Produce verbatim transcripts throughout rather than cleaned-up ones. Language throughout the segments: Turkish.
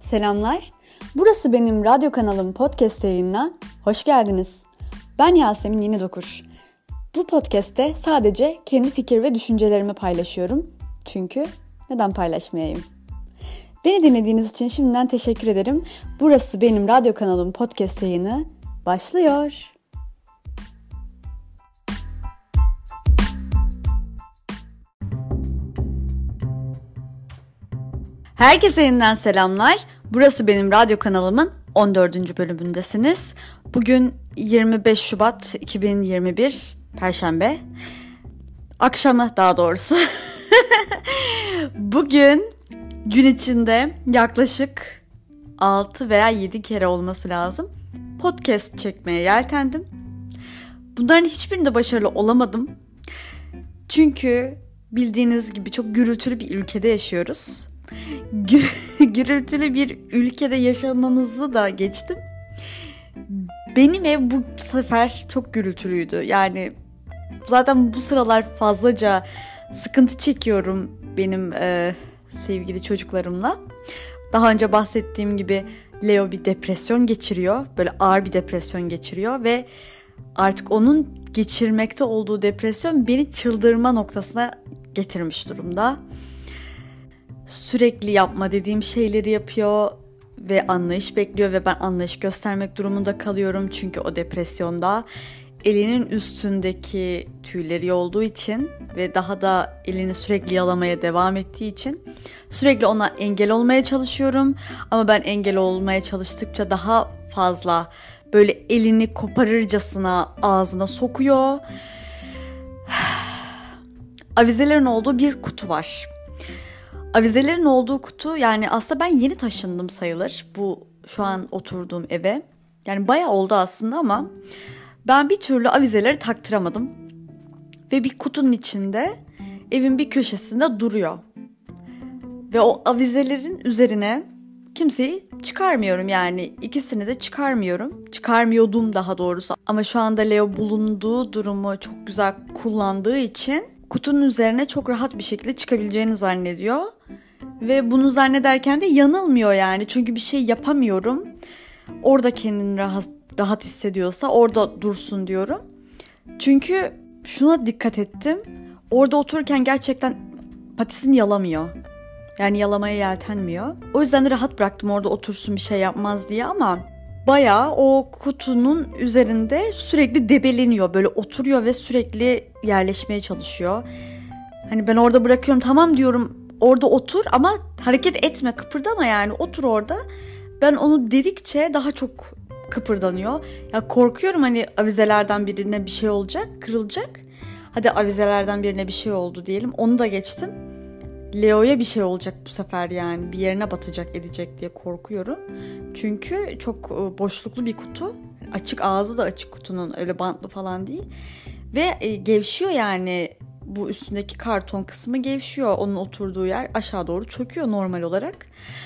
Selamlar. Burası benim radyo kanalım podcast yayınına hoş geldiniz. Ben Yasemin Yenidokur. Bu podcast'te sadece kendi fikir ve düşüncelerimi paylaşıyorum. Çünkü neden paylaşmayayım? Beni dinlediğiniz için şimdiden teşekkür ederim. Burası benim radyo kanalım podcast yayını başlıyor. Herkese yeniden selamlar. Burası benim radyo kanalımın on dördüncü bölümündesiniz. Bugün yirmi beş Şubat iki bin yirmi bir Perşembe. Akşamı daha doğrusu. Bugün gün içinde yaklaşık altı veya yedi kere olması lazım podcast çekmeye yeltendim. Bunların hiçbirinde başarılı olamadım. Çünkü bildiğiniz gibi çok gürültülü bir ülkede yaşıyoruz. Gürültülü bir ülkede yaşamamızı da geçtim. Benim ev bu sefer çok gürültülüydü. Yani zaten bu sıralar fazlaca sıkıntı çekiyorum benim e, sevgili çocuklarımla. Daha önce bahsettiğim gibi Leo bir depresyon geçiriyor. Böyle ağır bir depresyon geçiriyor ve artık onun geçirmekte olduğu depresyon beni çıldırma noktasına getirmiş durumda. Sürekli yapma dediğim şeyleri yapıyor ve anlayış bekliyor ve ben anlayış göstermek durumunda kalıyorum. Çünkü o depresyonda elinin üstündeki tüyleri olduğu için ve daha da elini sürekli yalamaya devam ettiği için sürekli ona engel olmaya çalışıyorum. Ama ben engel olmaya çalıştıkça daha fazla böyle elini koparırcasına ağzına sokuyor. Avizelerin olduğu bir kutu var. Avizelerin olduğu kutu, yani aslında ben yeni taşındım sayılır bu şu an oturduğum eve. Yani bayağı oldu aslında ama ben bir türlü avizeleri taktıramadım. Ve bir kutunun içinde evin bir köşesinde duruyor. Ve o avizelerin üzerine kimseyi çıkarmıyorum, yani ikisini de çıkarmıyorum. Çıkarmıyordum daha doğrusu. Ama şu anda Leo bulunduğu durumu çok güzel kullandığı için kutunun üzerine çok rahat bir şekilde çıkabileceğini zannediyor. Ve bunu zannederken de yanılmıyor yani. Çünkü bir şey yapamıyorum. Orada kendini rahat, rahat hissediyorsa orada dursun diyorum. Çünkü şuna dikkat ettim. Orada otururken gerçekten patisini yalamıyor. Yani yalamaya yeltenmiyor. O yüzden de rahat bıraktım orada otursun, bir şey yapmaz diye, ama bayağı o kutunun üzerinde sürekli debeleniyor. Böyle oturuyor ve sürekli yerleşmeye çalışıyor. Hani ben orada bırakıyorum, tamam diyorum, orada otur ama hareket etme, kıpırdama, yani otur orada. Ben onu dedikçe daha çok kıpırdanıyor. Ya korkuyorum, hani avizelerden birine bir şey olacak, kırılacak. Hadi avizelerden birine bir şey oldu diyelim, onu da geçtim. Leo'ya bir şey olacak bu sefer, yani bir yerine batacak edecek diye korkuyorum. Çünkü çok boşluklu bir kutu. Açık, ağzı da açık kutunun, öyle bantlı falan değil. Ve gevşiyor yani, bu üstündeki karton kısmı gevşiyor. Onun oturduğu yer aşağı doğru çöküyor normal olarak.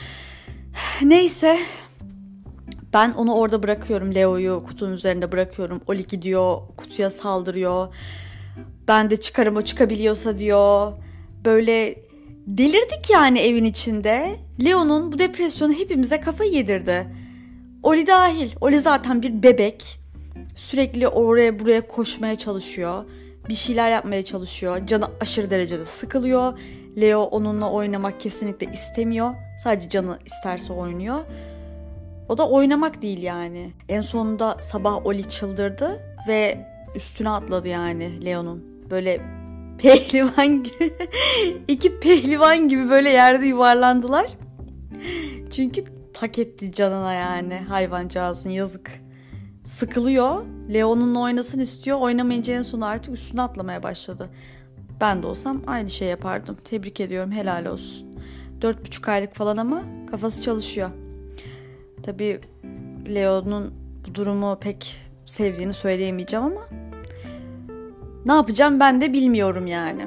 Neyse, ben onu orada bırakıyorum. Leo'yu kutunun üzerinde bırakıyorum. Oli gidiyor, kutuya saldırıyor. Ben de çıkarım, o çıkabiliyorsa diyor. Böyle delirdik yani evin içinde. Leo'nun bu depresyonu hepimize kafayı yedirdi. Oli dahil. Oli zaten bir bebek. Sürekli oraya buraya koşmaya çalışıyor. Bir şeyler yapmaya çalışıyor. Canı aşırı derecede sıkılıyor. Leo onunla oynamak kesinlikle istemiyor. Sadece canı isterse oynuyor. O da oynamak değil yani. En sonunda sabah Oli çıldırdı ve üstüne atladı yani Leo'nun. Böyle pehlivan gibi, iki pehlivan gibi böyle yerde yuvarlandılar. Çünkü hak etti canına yani, hayvancağızın, yazık. Sıkılıyor. Leo'nunla oynasın istiyor. Oynamayınca en son artık üstüne atlamaya başladı. Ben de olsam aynı şey yapardım. Tebrik ediyorum, helal olsun. Dört buçuk aylık falan ama kafası çalışıyor. Tabii Leo'nun bu durumu pek sevdiğini söyleyemeyeceğim ama ne yapacağım ben de bilmiyorum yani.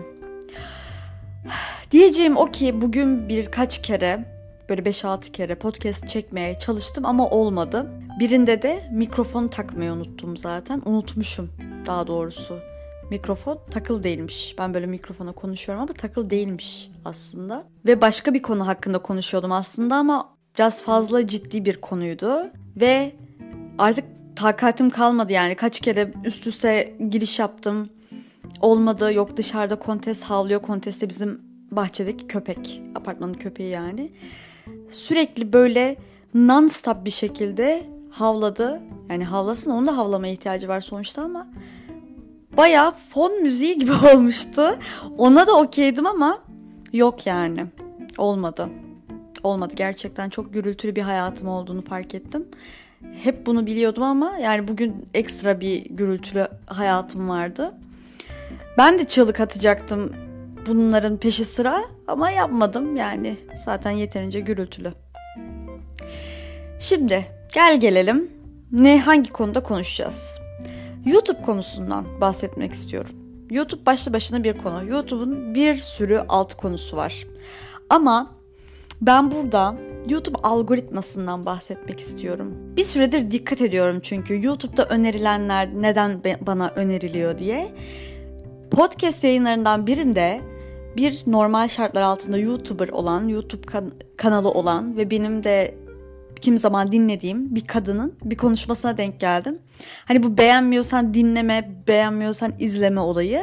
Diyeceğim o ki bugün birkaç kere, böyle beş altı kere podcast çekmeye çalıştım ama olmadı. Birinde de mikrofonu takmayı unuttum zaten. Unutmuşum daha doğrusu. Mikrofon takılı değilmiş. Ben böyle mikrofona konuşuyorum ama takılı değilmiş aslında. Ve başka bir konu hakkında konuşuyordum aslında ama Biraz fazla ciddi bir konuydu ve artık takatim kalmadı yani. Kaç kere üst üste giriş yaptım. Olmadı. Yok, dışarıda Kontes havlıyor. Kontes de bizim bahçedeki köpek. Apartmanın köpeği yani. Sürekli böyle non-stop bir şekilde havladı. Yani havlasın, onun da havlamaya ihtiyacı var sonuçta ama bayağı fon müziği gibi olmuştu. Ona da okeydim ama yok yani. Olmadı. Olmadı. Gerçekten çok gürültülü bir hayatım olduğunu fark ettim. Hep bunu biliyordum ama yani bugün ekstra bir gürültülü hayatım vardı. Ben de çığlık atacaktım bunların peşi sıra ama yapmadım. Yani zaten yeterince gürültülü. Şimdi gel gelelim. Ne, hangi konuda konuşacağız? YouTube konusundan bahsetmek istiyorum. YouTube başlı başına bir konu. YouTube'un bir sürü alt konusu var. Ama ben burada YouTube algoritmasından bahsetmek istiyorum. Bir süredir dikkat ediyorum çünkü YouTube'da önerilenler neden bana öneriliyor diye. Podcast yayınlarından birinde bir normal şartlar altında YouTuber olan, YouTube kan- kanalı olan ve benim de kimi zaman dinlediğim bir kadının bir konuşmasına denk geldim. Hani bu beğenmiyorsan dinleme, beğenmiyorsan izleme olayı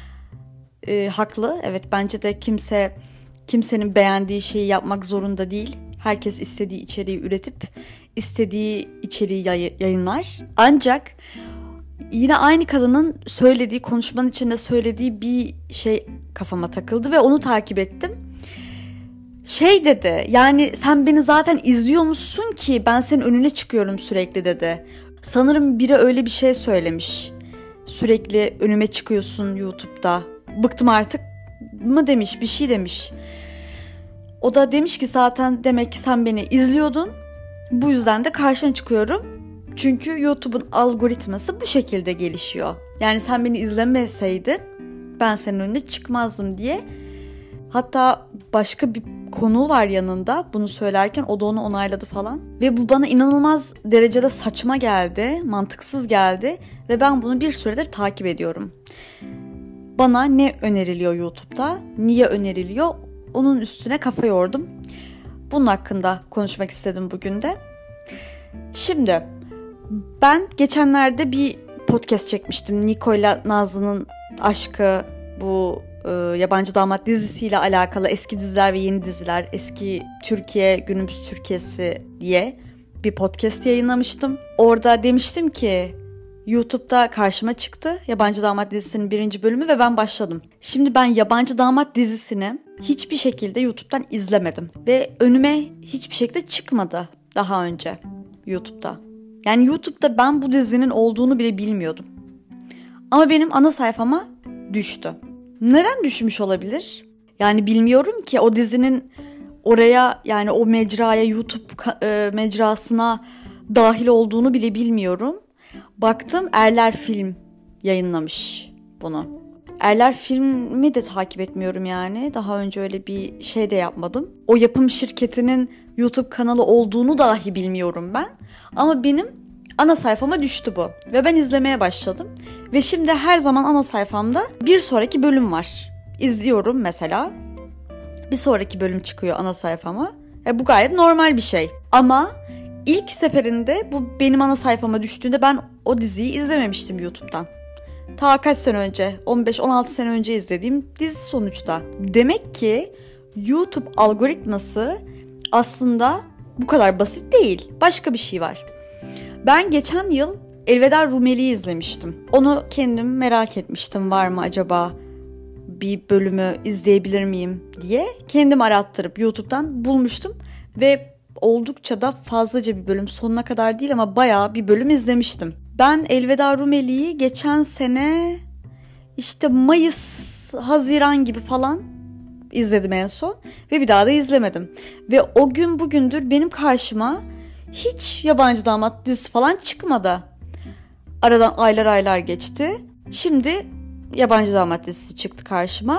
e, haklı. Evet, bence de kimse kimsenin beğendiği şeyi yapmak zorunda değil. Herkes istediği içeriği üretip istediği içeriği yay- yayınlar. Ancak yine aynı kadının söylediği, konuşmanın içinde söylediği bir şey kafama takıldı ve onu takip ettim. Şey dedi, yani sen beni zaten izliyormuşsun ki ben senin önüne çıkıyorum sürekli dedi. Sanırım biri öyle bir şey söylemiş. Sürekli önüme çıkıyorsun YouTube'da. Bıktım artık mı demiş, bir şey demiş. O da demiş ki zaten demek ki sen beni izliyordun. Bu yüzden de karşına çıkıyorum. Çünkü YouTube'un algoritması bu şekilde gelişiyor. Yani sen beni izlemeseydin ben senin önüne çıkmazdım diye. Hatta başka bir konuğu var yanında bunu söylerken, o da onu onayladı falan. Ve bu bana inanılmaz derecede saçma geldi, mantıksız geldi ve ben bunu bir süredir takip ediyorum. Bana ne öneriliyor YouTube'da, niye öneriliyor, onun üstüne kafa yordum. Bunun hakkında konuşmak istedim bugün de. Şimdi ben geçenlerde bir podcast çekmiştim. Niko ile Nazlı'nın aşkı, bu e, yabancı damat dizisiyle alakalı, eski diziler ve yeni diziler, eski Türkiye, günümüz Türkiye'si diye bir podcast yayınlamıştım. Orada demiştim ki YouTube'da karşıma çıktı Yabancı Damat dizisinin birinci bölümü ve ben başladım. Şimdi ben Yabancı Damat dizisini hiçbir şekilde YouTube'dan izlemedim ve önüme hiçbir şekilde çıkmadı daha önce YouTube'da. Yani YouTube'da ben bu dizinin olduğunu bile bilmiyordum. Ama benim ana sayfama düştü. Neden düşmüş olabilir? Yani bilmiyorum ki, o dizinin oraya, yani o mecraya, YouTube e, mecrasına dahil olduğunu bile bilmiyorum. Baktım Erler Film yayınlamış bunu. Erler Film'i de takip etmiyorum yani. Daha önce öyle bir şey de yapmadım. O yapım şirketinin YouTube kanalı olduğunu dahi bilmiyorum ben. Ama benim ana sayfama düştü bu. Ve ben izlemeye başladım. Ve şimdi her zaman ana sayfamda bir sonraki bölüm var. İzliyorum mesela. Bir sonraki bölüm çıkıyor ana sayfama. E bu gayet normal bir şey. Ama ilk seferinde bu benim ana sayfama düştüğünde ben o diziyi izlememiştim YouTube'dan. Ta kaç sene önce, on beş on altı sene önce izlediğim dizi sonuçta. Demek ki YouTube algoritması aslında bu kadar basit değil. Başka bir şey var. Ben geçen yıl Elveda Rumeli'yi izlemiştim. Onu kendim merak etmiştim, var mı acaba bir bölümü izleyebilir miyim diye. Kendim arattırıp YouTube'dan bulmuştum ve oldukça da fazlaca bir bölüm, sonuna kadar değil ama bayağı bir bölüm izlemiştim. Ben Elveda Rumeli'yi geçen sene işte Mayıs, Haziran gibi falan izledim en son ve bir daha da izlemedim. Ve o gün bugündür benim karşıma hiç Yabancı Damat dizisi falan çıkmadı. Aradan aylar aylar geçti. Şimdi Yabancı Damat dizisi çıktı karşıma.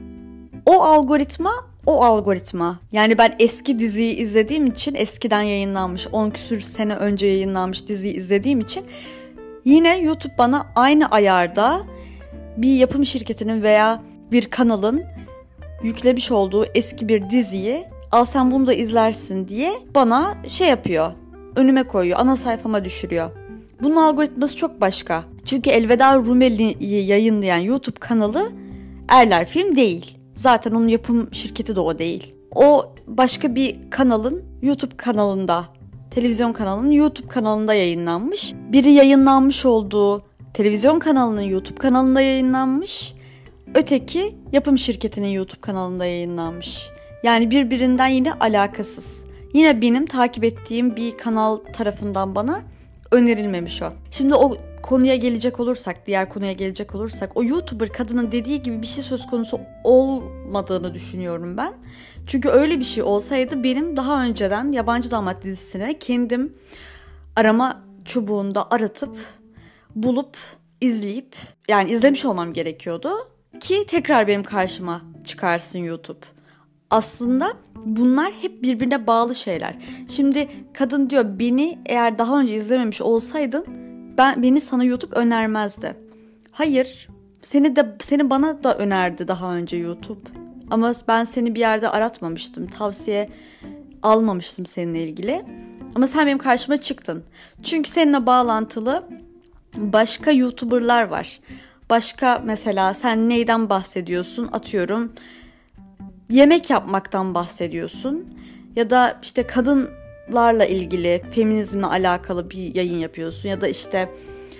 O algoritma, o algoritma. Yani ben eski diziyi izlediğim için, eskiden yayınlanmış, on küsür sene önce yayınlanmış diziyi izlediğim için yine YouTube bana aynı ayarda bir yapım şirketinin veya bir kanalın yüklemiş olduğu eski bir diziyi al sen bunu da izlersin diye bana şey yapıyor. Önüme koyuyor, ana sayfama düşürüyor. Bunun algoritması çok başka. Çünkü Elveda Rumeli'yi yayınlayan YouTube kanalı Erler Film değil. Zaten onun yapım şirketi de o değil. O başka bir kanalın YouTube kanalında, televizyon kanalının YouTube kanalında yayınlanmış. Biri yayınlanmış olduğu televizyon kanalının YouTube kanalında yayınlanmış. Öteki yapım şirketinin YouTube kanalında yayınlanmış. Yani birbirinden yine alakasız. Yine benim takip ettiğim bir kanal tarafından bana önerilmemiş o. Şimdi o konuya gelecek olursak, diğer konuya gelecek olursak, o YouTuber kadının dediği gibi bir şey söz konusu olmadığını düşünüyorum ben. Çünkü öyle bir şey olsaydı benim daha önceden Yabancı Damat dizisine kendim arama çubuğunda aratıp, bulup, izleyip, yani izlemiş olmam gerekiyordu ki tekrar benim karşıma çıkarsın YouTube. Aslında bunlar hep birbirine bağlı şeyler. Şimdi kadın diyor, beni eğer daha önce izlememiş olsaydın ben beni sana YouTube önermezdi. Hayır, seni de seni bana da önerdi daha önce YouTube. Ama ben seni bir yerde aratmamıştım, tavsiye almamıştım seninle ilgili. Ama sen benim karşıma çıktın. Çünkü seninle bağlantılı başka YouTuber'lar var. Başka, mesela sen neyden bahsediyorsun? Atıyorum, yemek yapmaktan bahsediyorsun. Ya da işte kadınlarla ilgili, feminizmle alakalı bir yayın yapıyorsun. Ya da işte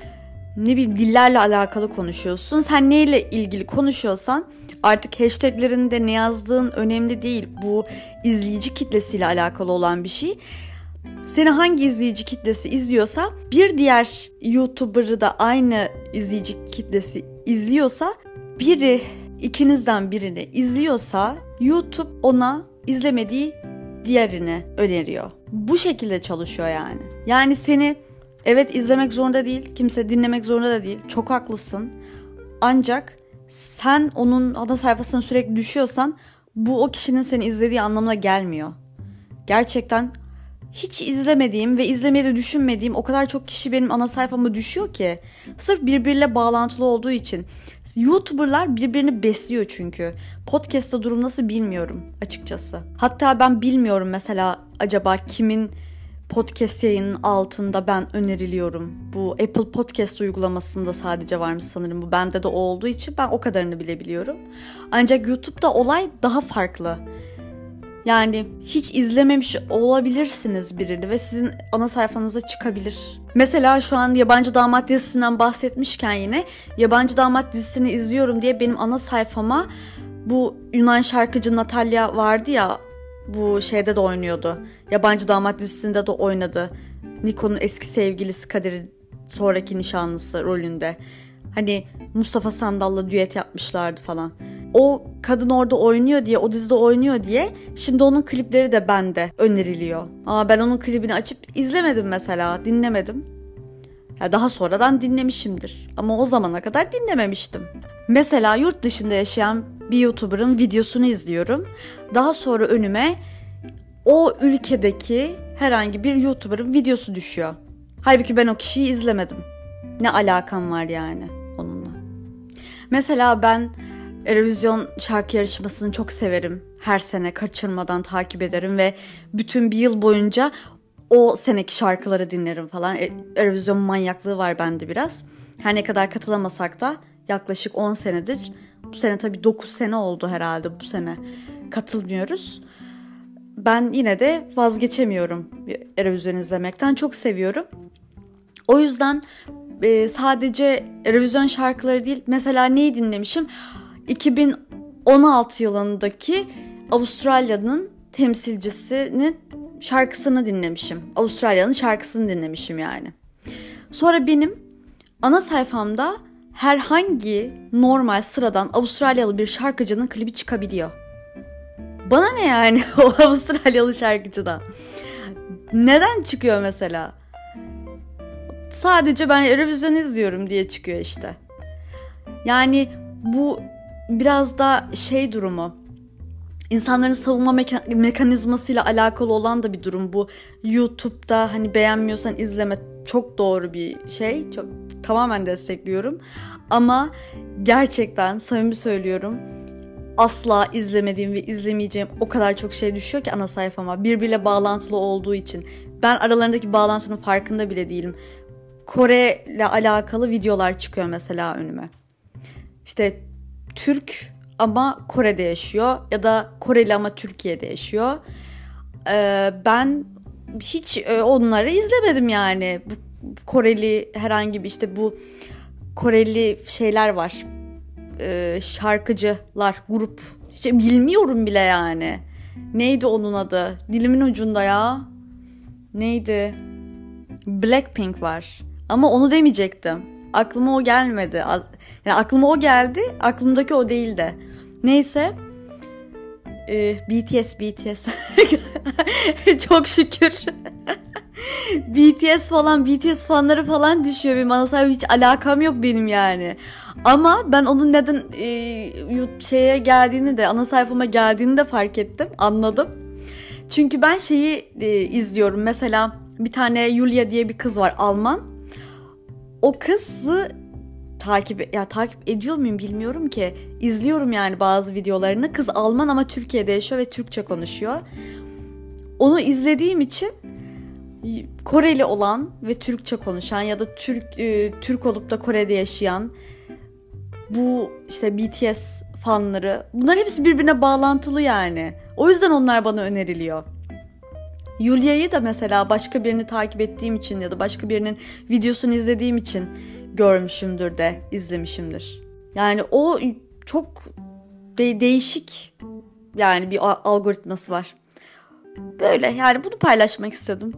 ne bileyim dillerle alakalı konuşuyorsun. Sen neyle ilgili konuşuyorsan artık hashtaglerinde ne yazdığın önemli değil. Bu izleyici kitlesiyle alakalı olan bir şey. Seni hangi izleyici kitlesi izliyorsa, bir diğer YouTuber'ı da aynı izleyici kitlesi izliyorsa, biri ikinizden birini izliyorsa YouTube ona izlemediği diğerini öneriyor. Bu şekilde çalışıyor yani. Yani seni evet izlemek zorunda değil, kimse dinlemek zorunda da değil. Çok haklısın. Ancak sen onun ana sayfasına sürekli düşüyorsan bu o kişinin seni izlediği anlamına gelmiyor. Gerçekten hiç izlemediğim ve izlemeyi de düşünmediğim o kadar çok kişi benim ana sayfama düşüyor ki. Sırf birbiriyle bağlantılı olduğu için. YouTuber'lar birbirini besliyor çünkü. Podcast'ta durum nasıl bilmiyorum açıkçası. Hatta ben bilmiyorum mesela acaba kimin podcast yayının altında ben öneriliyorum. Bu Apple Podcast uygulamasında sadece varmış sanırım. Bu bende de o olduğu için ben o kadarını bile biliyorum. Ancak YouTube'da olay daha farklı. Yani hiç izlememiş olabilirsiniz birini ve sizin ana sayfanıza çıkabilir. Mesela şu an Yabancı Damat dizisinden bahsetmişken yine Yabancı Damat dizisini izliyorum diye benim ana sayfama bu Yunan şarkıcı Natalya vardı ya, bu şeyde de oynuyordu. Yabancı Damat dizisinde de oynadı. Niko'nun eski sevgilisi, Kadir'in sonraki nişanlısı rolünde. Hani Mustafa Sandal'la düet yapmışlardı falan. O kadın orada oynuyor diye, o dizide oynuyor diye şimdi onun klipleri de bende öneriliyor. Ama ben onun klibini açıp izlemedim mesela, dinlemedim. Ya daha sonradan dinlemişimdir. Ama o zamana kadar dinlememiştim. Mesela yurt dışında yaşayan bir YouTuber'ın videosunu izliyorum. Daha sonra önüme o ülkedeki herhangi bir YouTuber'ın videosu düşüyor. Halbuki ben o kişiyi izlemedim. Ne alakam var yani onunla? Mesela ben Eurovision şarkı yarışmasını çok severim. Her sene kaçırmadan takip ederim ve bütün bir yıl boyunca o seneki şarkıları dinlerim falan. Eurovision manyaklığı var bende biraz. Her ne kadar katılamasak da yaklaşık on senedir. Bu sene tabii dokuz sene oldu herhalde bu sene katılmıyoruz. Ben yine de vazgeçemiyorum Eurovision izlemekten. Çok seviyorum. O yüzden sadece Eurovision şarkıları değil, mesela neyi dinlemişim? iki bin on altı yılındaki Avustralya'nın temsilcisinin şarkısını dinlemişim. Avustralya'nın şarkısını dinlemişim yani. Sonra benim ana sayfamda herhangi normal sıradan Avustralyalı bir şarkıcının klibi çıkabiliyor. Bana ne yani o Avustralyalı şarkıcıdan? Neden çıkıyor mesela? Sadece ben Eurovision izliyorum diye çıkıyor işte. Yani bu biraz da şey durumu, insanların savunma meka- mekanizmasıyla alakalı olan da bir durum bu. YouTube'da hani beğenmiyorsan izleme, çok doğru bir şey, çok tamamen destekliyorum. Ama gerçekten samimi söylüyorum, asla izlemediğim ve izlemeyeceğim o kadar çok şey düşüyor ki ana sayfama. Birbiriyle bağlantılı olduğu için. Ben aralarındaki bağlantının farkında bile değilim. Kore ile alakalı videolar çıkıyor mesela önüme. İşte Türk ama Kore'de yaşıyor ya da Koreli ama Türkiye'de yaşıyor. Ee, ben hiç onları izlemedim yani. Bu Koreli herhangi bir işte bu Koreli şeyler var. Ee, şarkıcılar, grup. İşte bilmiyorum bile yani. Neydi onun adı? Dilimin ucunda ya. Neydi? Blackpink var. Ama onu demeyecektim. Aklıma o gelmedi. Yani aklıma o geldi. Aklımdaki o değildi. Neyse. Ee, B T S, B T S. Çok şükür. B T S falan, B T S fanları falan düşüyor benim. Ana sayfa hiç alakam yok benim yani. Ama ben onun neden e, şeye geldiğini de, ana sayfama geldiğini de fark ettim, anladım. Çünkü ben şeyi e, izliyorum. Mesela bir tane Julia diye bir kız var, Alman. O kızı takip ya takip ediyor muyum bilmiyorum ki. İzliyorum yani bazı videolarını. Kız Alman ama Türkiye'de yaşıyor ve Türkçe konuşuyor. Onu izlediğim için Koreli olan ve Türkçe konuşan ya da Türk e, Türk olup da Kore'de yaşayan bu işte B T S fanları, bunlar hepsi birbirine bağlantılı yani. O yüzden onlar bana öneriliyor. Julia'yı da mesela başka birini takip ettiğim için ya da başka birinin videosunu izlediğim için görmüşümdür de izlemişimdir. Yani o çok de- değişik yani bir algoritması var. Böyle yani bunu paylaşmak istedim.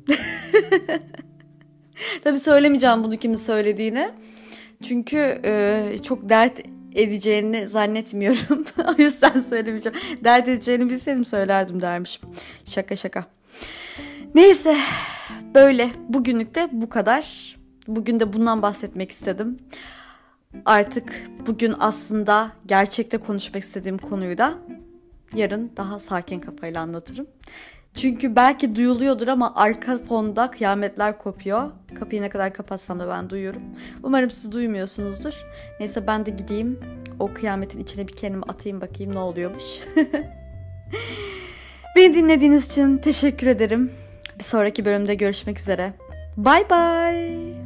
Tabii söylemeyeceğim bunu kimin söylediğini. Çünkü e, çok dert edeceğini zannetmiyorum. O yüzden söylemeyeceğim. Dert edeceğini bilseydim söylerdim dermişim. Şaka şaka. Neyse böyle bugünlük de bu kadar. Bugün de bundan bahsetmek istedim. Artık bugün aslında gerçekte konuşmak istediğim konuyu da yarın daha sakin kafayla anlatırım. Çünkü belki duyuluyordur ama arka fonda kıyametler kopuyor. Kapıyı ne kadar kapatsam da ben duyuyorum. Umarım siz duymuyorsunuzdur. Neyse ben de gideyim. O kıyametin içine bir kendimi atayım bakayım ne oluyormuş. Beni dinlediğiniz için teşekkür ederim. Bir sonraki bölümde görüşmek üzere. Bye bye.